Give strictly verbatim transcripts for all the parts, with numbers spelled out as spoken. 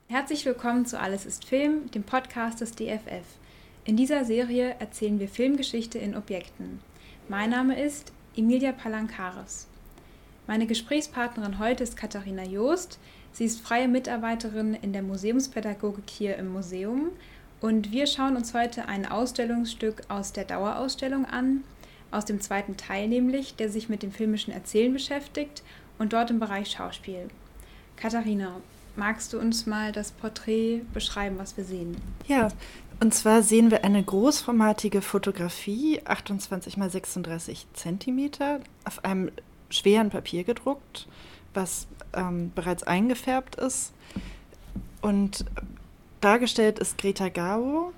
Herzlich willkommen zu Alles ist Film, dem Podcast des D F F. In dieser Serie erzählen wir Filmgeschichte in Objekten. Mein Name ist Emilia Palancares. Meine Gesprächspartnerin heute ist Katharina Joost. Sie ist freie Mitarbeiterin in der Museumspädagogik hier im Museum und wir schauen uns heute ein Ausstellungsstück aus der Dauerausstellung an, aus dem zweiten Teil nämlich, der sich mit dem filmischen Erzählen beschäftigt und dort im Bereich Schauspiel. Katharina, magst du uns mal das Porträt beschreiben, was wir sehen? Ja, und zwar sehen wir eine großformatige Fotografie, achtundzwanzig mal sechsunddreißig Zentimeter, auf einem schweren Papier gedruckt, was ähm, bereits eingefärbt ist. Und dargestellt ist Greta Garbo.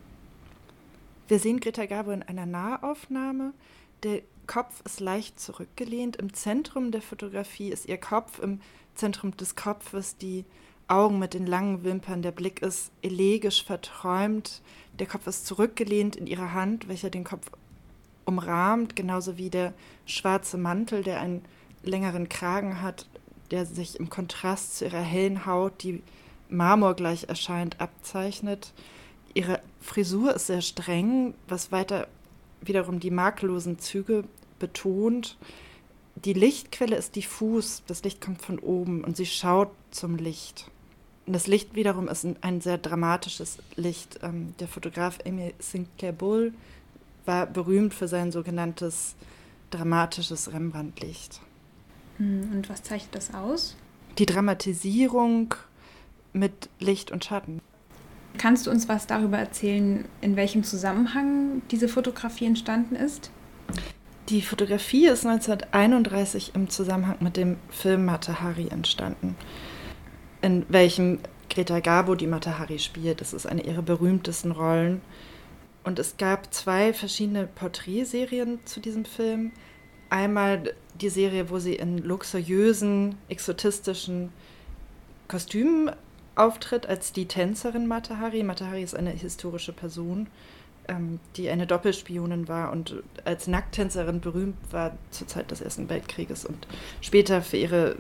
Wir sehen Greta Garbo in einer Nahaufnahme. Der Kopf ist leicht zurückgelehnt. Im Zentrum der Fotografie ist ihr Kopf, im Zentrum des Kopfes die Augen mit den langen Wimpern. Der Blick ist elegisch verträumt. Der Kopf ist zurückgelehnt in ihre Hand, welcher den Kopf umrahmt, genauso wie der schwarze Mantel, der einen längeren Kragen hat, der sich im Kontrast zu ihrer hellen Haut, die marmorgleich erscheint, abzeichnet. Ihre Frisur ist sehr streng, was weiter wiederum die makellosen Züge betont. Die Lichtquelle ist diffus, das Licht kommt von oben und sie schaut zum Licht. Und das Licht wiederum ist ein sehr dramatisches Licht. Der Fotograf Aimé Sinclair Bull war berühmt für sein sogenanntes dramatisches Rembrandt-Licht. Und was zeichnet das aus? Die Dramatisierung mit Licht und Schatten. Kannst du uns was darüber erzählen, in welchem Zusammenhang diese Fotografie entstanden ist? Die Fotografie ist neunzehnhunderteinunddreißig im Zusammenhang mit dem Film Mata Hari entstanden, in welchem Greta Garbo die Mata Hari spielt. Das ist eine ihrer berühmtesten Rollen. Und es gab zwei verschiedene Porträtserien zu diesem Film. Einmal die Serie, wo sie in luxuriösen, exotistischen Kostümen auftritt als die Tänzerin Mata Hari. Mata Hari ist eine historische Person, ähm, die eine Doppelspionin war und als Nackttänzerin berühmt war zur Zeit des Ersten Weltkrieges und später für ihre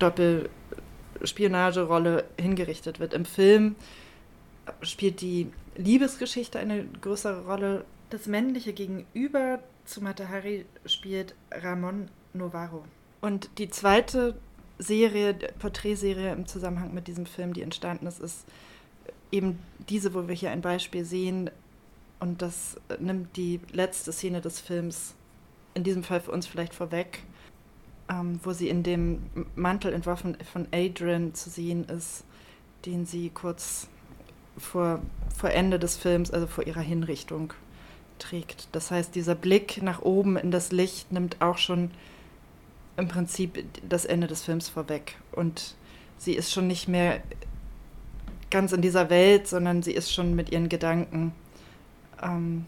Doppelspionagerolle hingerichtet wird. Im Film spielt die Liebesgeschichte eine größere Rolle. Das männliche Gegenüber zu Mata Hari spielt Ramon Novarro. Und die zweite Serie, Porträtserie im Zusammenhang mit diesem Film, die entstanden ist, ist eben diese, wo wir hier ein Beispiel sehen. Und das nimmt die letzte Szene des Films, in diesem Fall für uns vielleicht vorweg, ähm, wo sie in dem Mantelentwurf von, von Adrian zu sehen ist, den sie kurz vor, vor Ende des Films, also vor ihrer Hinrichtung, trägt. Das heißt, dieser Blick nach oben in das Licht nimmt auch schon im Prinzip das Ende des Films vorweg. Und sie ist schon nicht mehr ganz in dieser Welt, sondern sie ist schon mit ihren Gedanken ähm,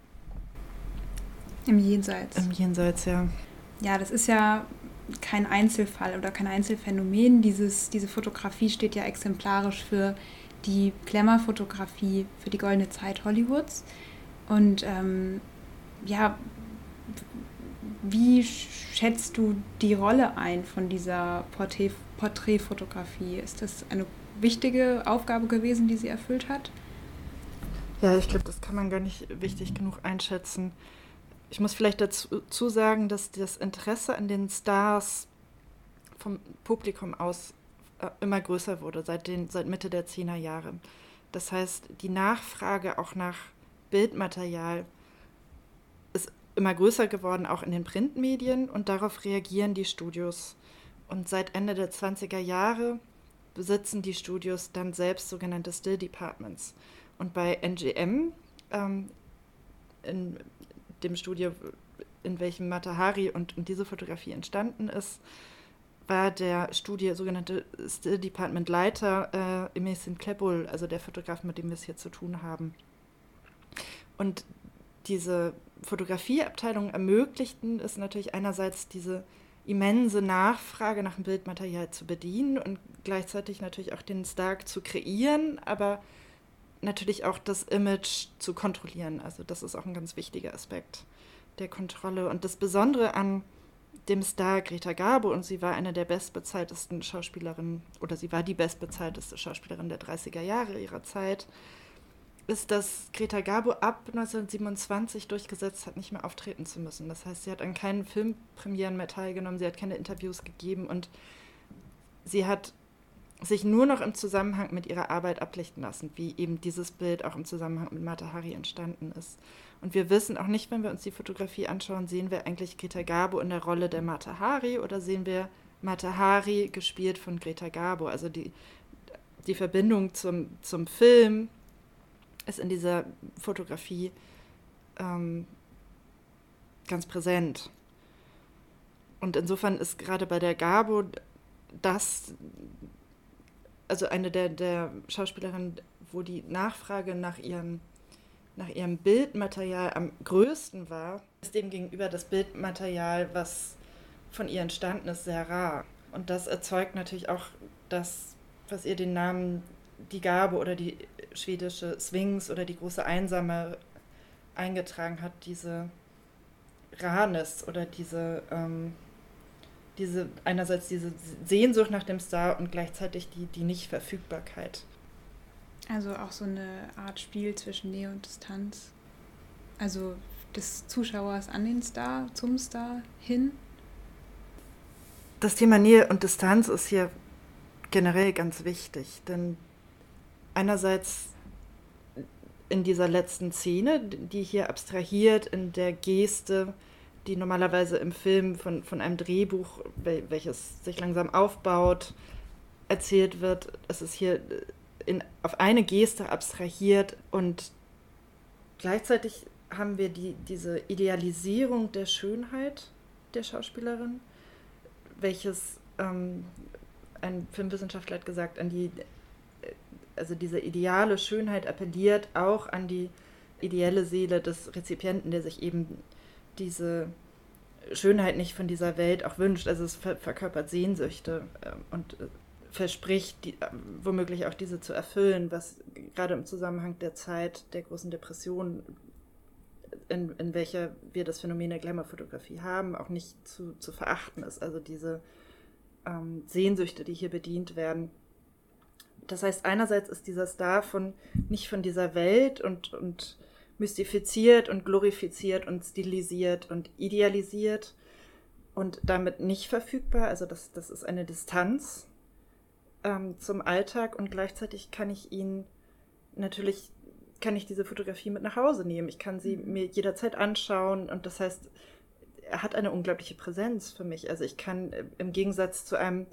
im Jenseits. Im Jenseits, ja. Ja, das ist ja kein Einzelfall oder kein Einzelfenomen. Dieses, diese Fotografie steht ja exemplarisch für die Glamour-Fotografie, für die goldene Zeit Hollywoods. Und ähm, ja, wie schätzt du die Rolle ein von dieser Porträt- Porträtfotografie? Ist das eine wichtige Aufgabe gewesen, die sie erfüllt hat? Ja, ich glaube, das kann man gar nicht wichtig genug einschätzen. Ich muss vielleicht dazu sagen, dass das Interesse an den Stars vom Publikum aus äh, immer größer wurde, seit, den, seit Mitte der zehner Jahre. Das heißt, die Nachfrage auch nach Bildmaterial ist immer größer geworden, auch in den Printmedien, und darauf reagieren die Studios. Und seit Ende der zwanziger Jahre besitzen die Studios dann selbst sogenannte Still Departments. Und bei N G M, ähm, in dem Studio, in welchem Mata Hari und, und diese Fotografie entstanden ist, war der Studie sogenannte Still Department Leiter äh, Aimé Sinclair Bull, also der Fotograf, mit dem wir es hier zu tun haben. Und diese Fotografieabteilungen ermöglichten es natürlich einerseits, diese immense Nachfrage nach dem Bildmaterial zu bedienen und gleichzeitig natürlich auch den Star zu kreieren, aber natürlich auch das Image zu kontrollieren. Also das ist auch ein ganz wichtiger Aspekt der Kontrolle. Und das Besondere an dem Star Greta Garbo, und sie war eine der bestbezahltesten Schauspielerinnen, oder sie war die bestbezahlteste Schauspielerin der dreißiger Jahre ihrer Zeit, ist, dass Greta Garbo ab neunzehnhundertsiebenundzwanzig durchgesetzt hat, nicht mehr auftreten zu müssen. Das heißt, sie hat an keinen Filmpremieren mehr teilgenommen, sie hat keine Interviews gegeben und sie hat sich nur noch im Zusammenhang mit ihrer Arbeit ablichten lassen, wie eben dieses Bild auch im Zusammenhang mit Mata Hari entstanden ist. Und wir wissen auch nicht, wenn wir uns die Fotografie anschauen, sehen wir eigentlich Greta Garbo in der Rolle der Mata Hari oder sehen wir Mata Hari gespielt von Greta Garbo. Also die, die Verbindung zum, zum Film ist in dieser Fotografie ähm, ganz präsent. Und insofern ist gerade bei der Garbo das, also eine der, der Schauspielerinnen, wo die Nachfrage nach ihren nach ihrem Bildmaterial am größten war, ist demgegenüber das Bildmaterial, was von ihr entstanden ist, sehr rar. Und das erzeugt natürlich auch das, was ihr den Namen die Garbo oder die schwedische Sphinx oder die große Einsame eingetragen hat, diese Rarness oder diese, ähm, diese einerseits diese Sehnsucht nach dem Star und gleichzeitig die, die Nichtverfügbarkeit. Also auch so eine Art Spiel zwischen Nähe und Distanz. Also des Zuschauers an den Star, zum Star hin. Das Thema Nähe und Distanz ist hier generell ganz wichtig, denn einerseits in dieser letzten Szene, die hier abstrahiert in der Geste, die normalerweise im Film von, von einem Drehbuch, welches sich langsam aufbaut, erzählt wird, es ist hier in, auf eine Geste abstrahiert und gleichzeitig haben wir die, diese Idealisierung der Schönheit der Schauspielerin, welches ähm, ein Filmwissenschaftler hat gesagt, an die, also diese ideale Schönheit appelliert auch an die ideelle Seele des Rezipienten, der sich eben diese Schönheit nicht von dieser Welt auch wünscht. Also es ver- verkörpert Sehnsüchte äh, und äh, verspricht, die, womöglich auch diese zu erfüllen, was gerade im Zusammenhang der Zeit der großen Depression, in, in welcher wir das Phänomen der Glamour-Fotografie haben, auch nicht zu, zu verachten ist. Also diese ähm, Sehnsüchte, die hier bedient werden. Das heißt, einerseits ist dieser Star von, nicht von dieser Welt und, und mystifiziert und glorifiziert und stilisiert und idealisiert und damit nicht verfügbar. Also das, das ist eine Distanz zum Alltag und gleichzeitig kann ich ihn natürlich, kann ich diese Fotografie mit nach Hause nehmen. Ich kann sie mir jederzeit anschauen und das heißt, er hat eine unglaubliche Präsenz für mich. Also ich kann im Gegensatz zu einem,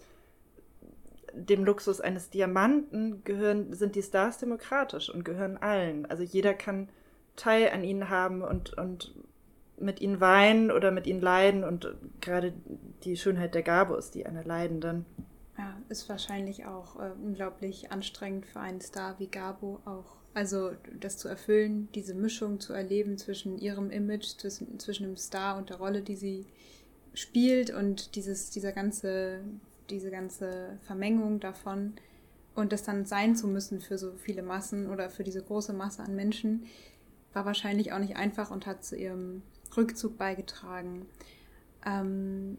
dem Luxus eines Diamanten gehören, sind die Stars demokratisch und gehören allen. Also jeder kann Teil an ihnen haben und, und mit ihnen weinen oder mit ihnen leiden und gerade die Schönheit der Garbo ist die einer Leidenden. Ja, ist wahrscheinlich auch äh, unglaublich anstrengend für einen Star wie Garbo auch. Also das zu erfüllen, diese Mischung zu erleben zwischen ihrem Image, zwischen, zwischen dem Star und der Rolle, die sie spielt und dieses, dieser ganze, diese ganze Vermengung davon und das dann sein zu müssen für so viele Massen oder für diese große Masse an Menschen, war wahrscheinlich auch nicht einfach und hat zu ihrem Rückzug beigetragen. Ähm,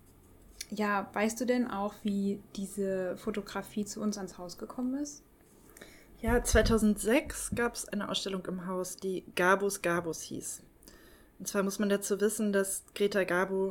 Ja, weißt du denn auch, wie diese Fotografie zu uns ans Haus gekommen ist? Ja, zweitausendsechs gab es eine Ausstellung im Haus, die Garbos Garbos hieß. Und zwar muss man dazu wissen, dass Greta Garbo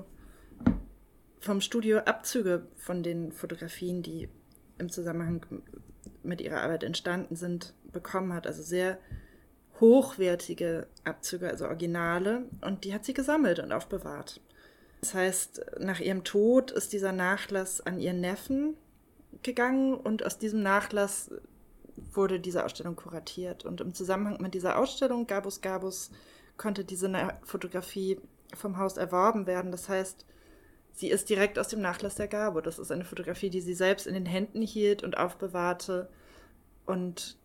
vom Studio Abzüge von den Fotografien, die im Zusammenhang mit ihrer Arbeit entstanden sind, bekommen hat. Also sehr hochwertige Abzüge, also Originale. Und die hat sie gesammelt und aufbewahrt. Das heißt, nach ihrem Tod ist dieser Nachlass an ihren Neffen gegangen und aus diesem Nachlass wurde diese Ausstellung kuratiert. Und im Zusammenhang mit dieser Ausstellung, Garbos Garbos, konnte diese Fotografie vom Haus erworben werden. Das heißt, sie ist direkt aus dem Nachlass der Garbo. Das ist eine Fotografie, die sie selbst in den Händen hielt und aufbewahrte und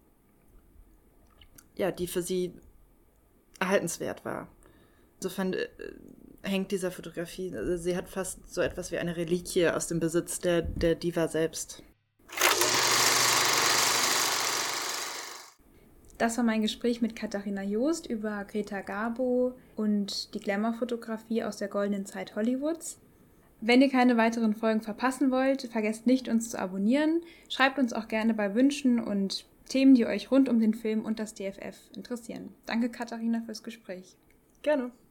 ja, die für sie erhaltenswert war. Insofern äh, hängt dieser Fotografie, also sie hat fast so etwas wie eine Reliquie aus dem Besitz der, der Diva selbst. Das war mein Gespräch mit Katharina Joost über Greta Garbo und die Glamour-Fotografie aus der goldenen Zeit Hollywoods. Wenn ihr keine weiteren Folgen verpassen wollt, vergesst nicht, uns zu abonnieren. Schreibt uns auch gerne bei Wünschen und Themen, die euch rund um den Film und das D F F interessieren. Danke, Katharina, fürs Gespräch. Gerne.